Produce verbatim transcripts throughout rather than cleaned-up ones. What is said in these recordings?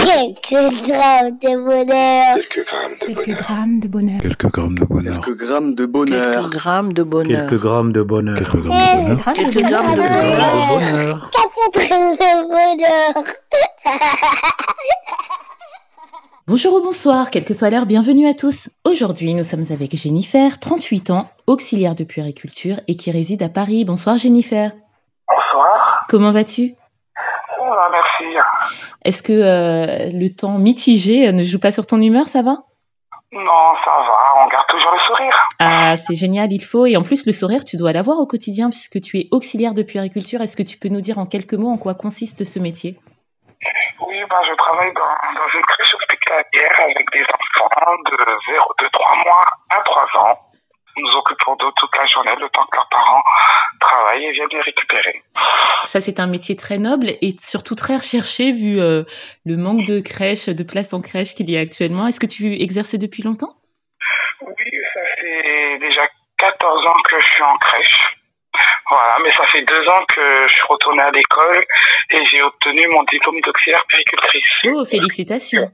Quelques grammes de bonheur. Quelques grammes de Quelques bonheur. grammes de bonheur. Quelques grammes de bonheur. Quelques grammes de bonheur. Quelques grammes de bonheur. Quelques grammes de bonheur. Quelques grammes de bonheur. Quelques grammes de bonheur. Quatre grammes de bonheur. Bonjour ou bonsoir, quelle que soit l'heure, bienvenue à tous. Aujourd'hui, nous sommes avec Jennifer, trente-huit ans, auxiliaire de puériculture et qui réside à Paris. Bonsoir Jennifer. Bonsoir. Comment vas-tu ? Ça va, merci. Est-ce que euh, le temps mitigé ne joue pas sur ton humeur, ça va ? Non, ça va, on garde toujours le sourire. Ah, c'est génial, il faut. Et en plus, le sourire, tu dois l'avoir au quotidien puisque tu es auxiliaire de puériculture. Est-ce que tu peux nous dire en quelques mots en quoi consiste ce métier ? Oui, ben, je travaille dans, dans une crèche hospitalière avec des enfants de zéro, de trois mois à trois ans. Nous nous occupons d'eux toute la journée, le temps que leurs parents travaillent et viennent les récupérer. Ça, c'est un métier très noble et surtout très recherché vu euh, le manque de crèches, de places en crèche qu'il y a actuellement. Est-ce que tu exerces depuis longtemps ? Oui, ça fait déjà quatorze ans que je suis en crèche. Voilà, mais ça fait deux ans que je suis retournée à l'école et j'ai obtenu mon diplôme d'auxiliaire puéricultrice. Oh, félicitations.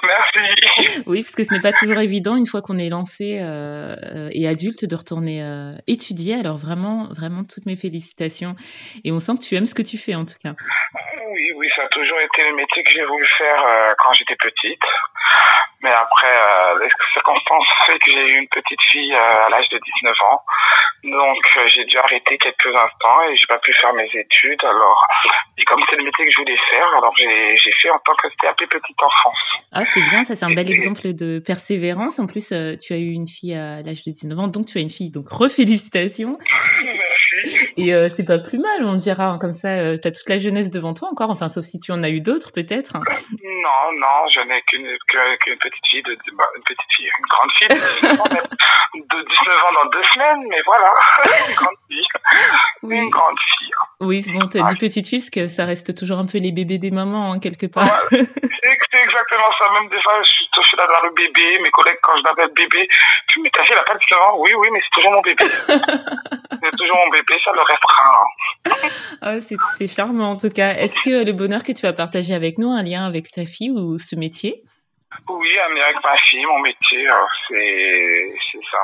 Merci. Oui, parce que ce n'est pas toujours évident une fois qu'on est lancé euh, et adulte de retourner euh, étudier. Alors vraiment, vraiment toutes mes félicitations. Et on sent que tu aimes ce que tu fais en tout cas. Oui, oui, ça a toujours été le métier que j'ai voulu faire euh, quand j'étais petite. Mais après, euh, les circonstances fait que j'ai eu une petite fille euh, à l'âge de dix-neuf ans. Donc, euh, j'ai dû arrêter quelques instants et j'ai pas pu faire mes études. Alors, et comme c'est le métier que je voulais faire, alors j'ai, j'ai fait en tant que T A P petite enfance. Ah, c'est bien, ça c'est un bel exemple de persévérance. En plus, euh, tu as eu une fille à l'âge de dix-neuf ans, donc tu as une fille, donc refélicitations. Merci. Et euh, c'est pas plus mal, on dira, hein, comme ça, euh, t'as toute la jeunesse devant toi encore, enfin, sauf si tu en as eu d'autres peut-être. Non, non, je n'ai qu'une, qu'une, qu'une petite fille, de, bah, une petite fille, une grande fille de dix-neuf ans, de dix-neuf ans dans deux semaines, mais voilà, une grande fille, Oui. une grande fille. Oui, bon, t'as Ah, dit petite fille parce que ça reste toujours un peu les bébés des mamans, hein, quelque part. Ouais, c'est, c'est exactement ça. Même des fois, je suis, je suis là dans le bébé. Mes collègues, quand je l'appelle bébé, je dis, mais ta fille, elle n'a pas dix-neuf ans. Oui, oui, mais c'est toujours mon bébé. C'est toujours mon bébé, ça le restera. Hein. Ah, c'est, c'est charmant en tout cas. Est-ce que le bonheur que tu vas partager avec nous a un lien avec ta fille ou ce métier ? Oui, un lien avec ma fille, mon métier, euh, c'est, c'est ça.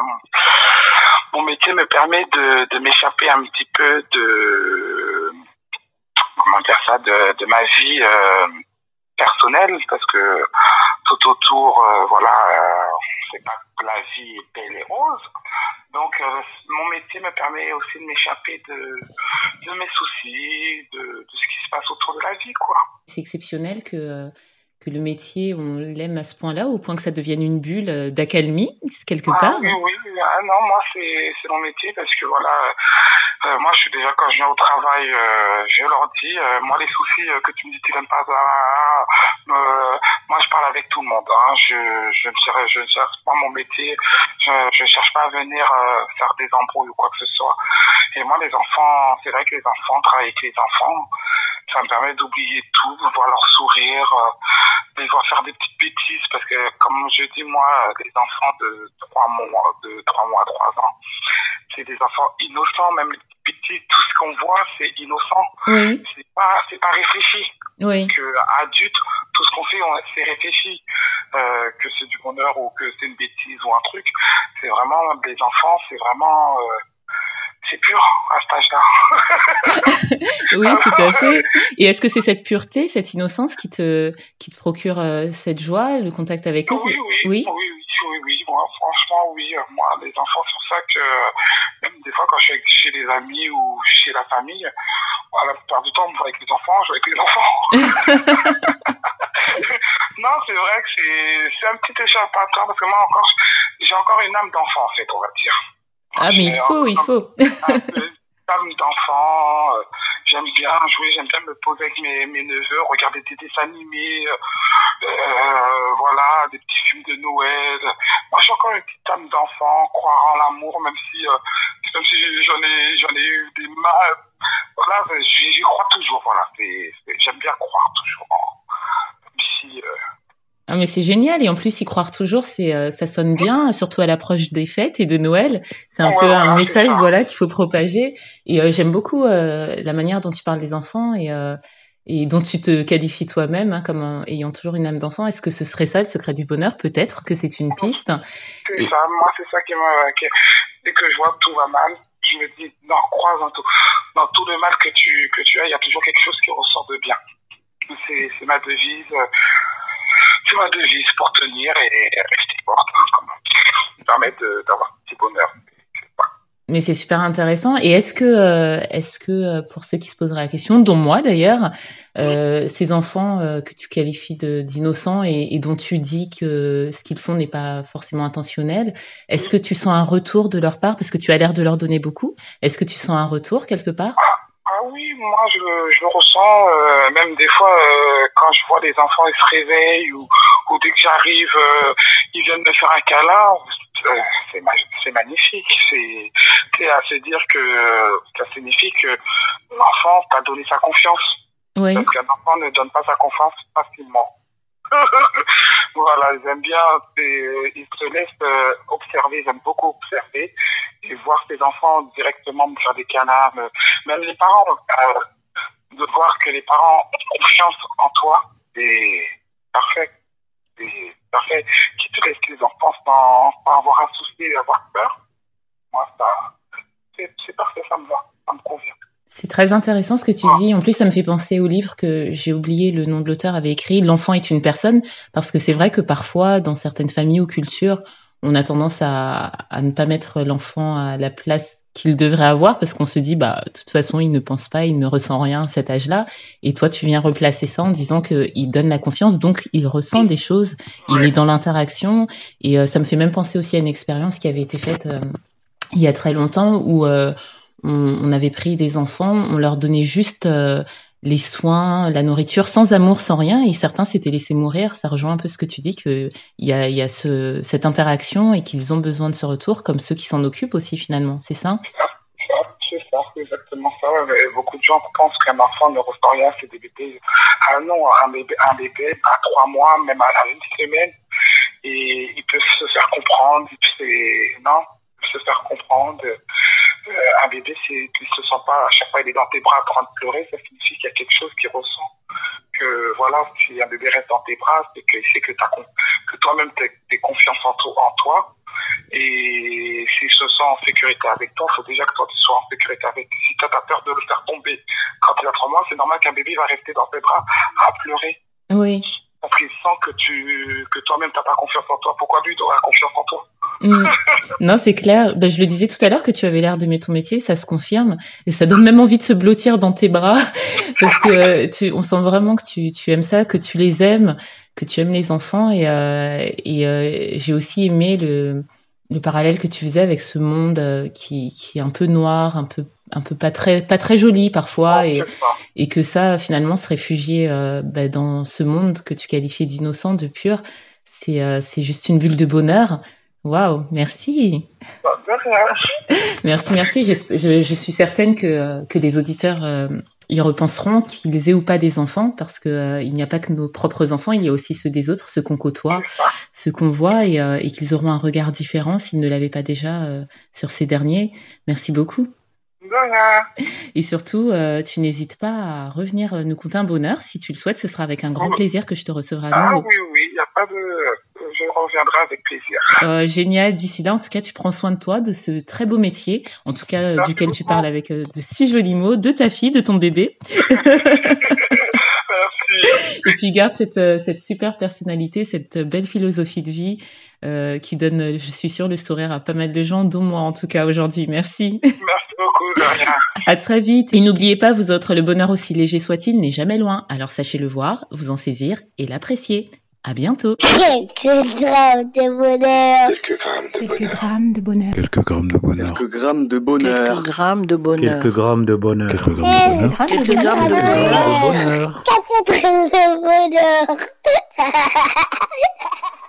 Mon métier me permet de, de m'échapper un petit peu de, comment dire ça, de, de ma vie euh, personnelle, parce que tout autour, euh, voilà, euh, c'est pas que la vie est belle et rose. Donc, euh, mon métier me permet aussi de m'échapper de, de mes soucis, de, de ce qui se passe autour de la vie, quoi. C'est exceptionnel que, euh, que le métier, on l'aime à ce point-là, au point que ça devienne une bulle euh, d'accalmie, quelque Ah, part. oui, oui, ah, non, moi, c'est, c'est mon métier, parce que voilà, euh, moi, je suis déjà, quand je viens au travail, euh, je leur dis, euh, moi, les soucis euh, que tu me dis, tu n'aimes pas ça, euh, moi, je parle avec tout le monde, hein, je, je ne cherche, je ne cherche pas mon métier, je, je cherche pas à venir euh, faire des embrouilles ou quoi que ce soit. Et moi, les enfants, c'est vrai que les enfants, travailler avec les enfants, ça me permet d'oublier tout, de voir leur sourire, euh, de les voir faire des petites bêtises, parce que, comme je dis, moi, les enfants de trois mois, de trois mois à trois ans, c'est des enfants innocents, même les petits, tout ce qu'on voit, c'est innocent. Oui, C'est pas, c'est pas réfléchi. oui. Que adulte, tout ce qu'on fait, on, c'est réfléchi. Euh, que c'est du bonheur ou que c'est une bêtise ou un truc. C'est vraiment, des enfants, c'est vraiment, euh, c'est pur à cet âge-là. Oui, tout à fait. Et est-ce que c'est cette pureté, cette innocence qui te, qui te procure euh, cette joie, le contact avec eux ? Oui, c'est- oui, Oui. oui, oui, oui, oui, moi, franchement, oui, euh, moi, les enfants, c'est pour ça que, euh, même des fois, quand je suis avec- chez les amis ou chez la famille, moi, la plupart du temps, on me voit avec les enfants, je joue avec les enfants. Non, c'est vrai que c'est, c'est un petit échappatoire, parce que moi, encore, j'ai encore une âme d'enfant, en fait, on va dire. Ah, mais il J'ai faut, il faut. un peu une âme d'enfant, euh, j'aime bien jouer, j'aime bien me poser avec mes, mes neveux, regarder des dessins animés, euh, euh, voilà, des petits films de Noël. Moi, je suis encore une petite âme d'enfant, croire en l'amour, même si, euh, même si j'en ai, j'en ai eu des mal. Voilà, j'y, j'y crois toujours, voilà. C'est, c'est, j'aime bien croire toujours en, même si, euh, Ah, mais c'est génial. Et en plus, y croire toujours, c'est, euh, ça sonne bien, surtout à l'approche des fêtes et de Noël. C'est un Ouais, peu voilà, un c'est message, ça. voilà, qu'il faut propager. Et euh, j'aime beaucoup euh, la manière dont tu parles des enfants et, euh, et dont tu te qualifies toi-même hein, comme un- ayant toujours une âme d'enfant. Est-ce que ce serait ça le secret du bonheur? Peut-être que c'est une piste. C'est Et ça, moi, c'est ça qui me. qui- Dès que je vois que tout va mal, je me dis, non, crois dans tout. Dans tout le mal que tu, que tu as, il y a toujours quelque chose qui ressort de bien. C'est, c'est ma devise. euh, C'est ma devise pour tenir et rester forte, hein, comme ça permet de- d'avoir un petit bonheur. Mais c'est super intéressant. Et est-ce que, euh, est-ce que euh, pour ceux qui se poseraient la question, dont moi d'ailleurs, euh, ces enfants euh, que tu qualifies de, d'innocents et, et dont tu dis que ce qu'ils font n'est pas forcément intentionnel, est-ce que tu sens un retour de leur part? Parce que tu as l'air de leur donner beaucoup. Est-ce que tu sens un retour quelque part? Ah oui, moi je, je le ressens, euh, même des fois euh, quand je vois les enfants ils se réveillent ou, ou dès que j'arrive, euh, ils viennent me faire un câlin, euh, c'est, ma- c'est magnifique. C'est, c'est à se dire que ça signifie que l'enfant t'a donné sa confiance. Oui. Parce qu'un enfant ne donne pas sa confiance facilement. Voilà, ils aiment bien, c'est- ils se laissent euh, observer, ils aiment beaucoup observer et voir ses enfants directement me faire des câlins. me- Même les parents, euh, de voir que les parents ont confiance en toi, c'est parfait. C'est parfait. Qui te laisse les enfants sans, sans avoir un souci et avoir peur. Moi, ça, c'est, c'est parfait, ça me va, ça me convient. C'est très intéressant ce que tu dis. En plus, ça me fait penser au livre que j'ai oublié le nom de l'auteur avait écrit, L'enfant est une personne, parce que c'est vrai que parfois, dans certaines familles ou cultures, on a tendance à, à ne pas mettre l'enfant à la place qu'il devrait avoir, parce qu'on se dit, bah, de toute façon, il ne pense pas, il ne ressent rien à cet âge-là. Et toi, tu viens replacer ça en disant qu'il donne la confiance, donc il ressent des choses, il est dans l'interaction. Et euh, ça me fait même penser aussi à une expérience qui avait été faite euh, il y a très longtemps où euh, on, on avait pris des enfants, on leur donnait juste euh, les soins, la nourriture, sans amour, sans rien, et certains s'étaient laissés mourir. Ça rejoint un peu ce que tu dis, qu'il y a, il y a ce, cette interaction et qu'ils ont besoin de ce retour, comme ceux qui s'en occupent aussi finalement, c'est ça? Ça, c'est ça, c'est exactement ça. Ouais, mais beaucoup de gens pensent qu'un enfant ne ressent rien, c'est des bébés. Ah non, un bébé, un bébé à trois mois, même à une semaine, et il peut se faire comprendre. Il peut, se- non, il peut se faire comprendre. Euh, un bébé, c'est, il ne se sent pas, à chaque fois il est dans tes bras en train de pleurer, ça signifie qu'il y a quelque chose qu'il ressent. Que voilà, si un bébé reste dans tes bras, c'est qu'il sait que, t'as, que toi-même tu as confiance en, to- en toi. Et s'il se sent en sécurité avec toi, il faut déjà que toi tu sois en sécurité avec lui. Si tu as peur de le faire tomber quand il a trois mois, c'est normal qu'un bébé va rester dans tes bras à pleurer. Oui. Parce qu'il sent que, tu, que toi-même tu n'as pas confiance en toi. Pourquoi lui doit avoir confiance en toi? Mm. Non, c'est clair. Ben, je le disais tout à l'heure que tu avais l'air d'aimer ton métier, ça se confirme. Et ça donne même envie de se blottir dans tes bras. Parce que euh, tu, on sent vraiment que tu, tu aimes ça, que tu les aimes, que tu aimes les enfants. Et, euh, et euh, j'ai aussi aimé le, le parallèle que tu faisais avec ce monde euh, qui, qui est un peu noir, un peu, un peu pas très, pas très joli parfois. Et, et que ça, finalement, se réfugier euh, ben, dans ce monde que tu qualifiais d'innocent, de pur, c'est, euh, c'est juste une bulle de bonheur. Waouh, merci. Merci, merci. J'esp- Je, je suis certaine que, que les auditeurs euh, y repenseront, qu'ils aient ou pas des enfants, parce que euh, il n'y a pas que nos propres enfants, il y a aussi ceux des autres, ceux qu'on côtoie, ceux qu'on voit, et, euh, et qu'ils auront un regard différent s'ils ne l'avaient pas déjà euh, sur ces derniers. Merci beaucoup. Et surtout, euh, tu n'hésites pas à revenir euh, nous conter un bonheur. Si tu le souhaites, ce sera avec un grand plaisir que je te recevrai à Ah nouveau. oui, oui, il n'y a pas de... Je reviendrai avec plaisir. Euh, génial. D'ici là, en tout cas, tu prends soin de toi, de ce très beau métier, en tout cas, euh, Merci duquel beaucoup. tu parles avec euh, de si jolis mots, de ta fille, de ton bébé. Merci. Et puis, garde cette, euh, cette super personnalité, cette belle philosophie de vie euh, qui donne, euh, je suis sûre, le sourire à pas mal de gens, dont moi, en tout cas, aujourd'hui. Merci. Merci beaucoup, de rien. À très vite. Et n'oubliez pas, vous autres, le bonheur, aussi léger soit-il, n'est jamais loin. Alors, sachez le voir, vous en saisir et l'apprécier. À bientôt. Quelques grammes de bonheur. Quelques grammes de bonheur. Quelques grammes de bonheur. Quelques grammes de bonheur. Quelques grammes de bonheur. Quelques grammes de bonheur. Quelques grammes de bonheur. Quelques Quelques grammes de grammes bonheur. de bonheur. Quatre grammes de bonheur.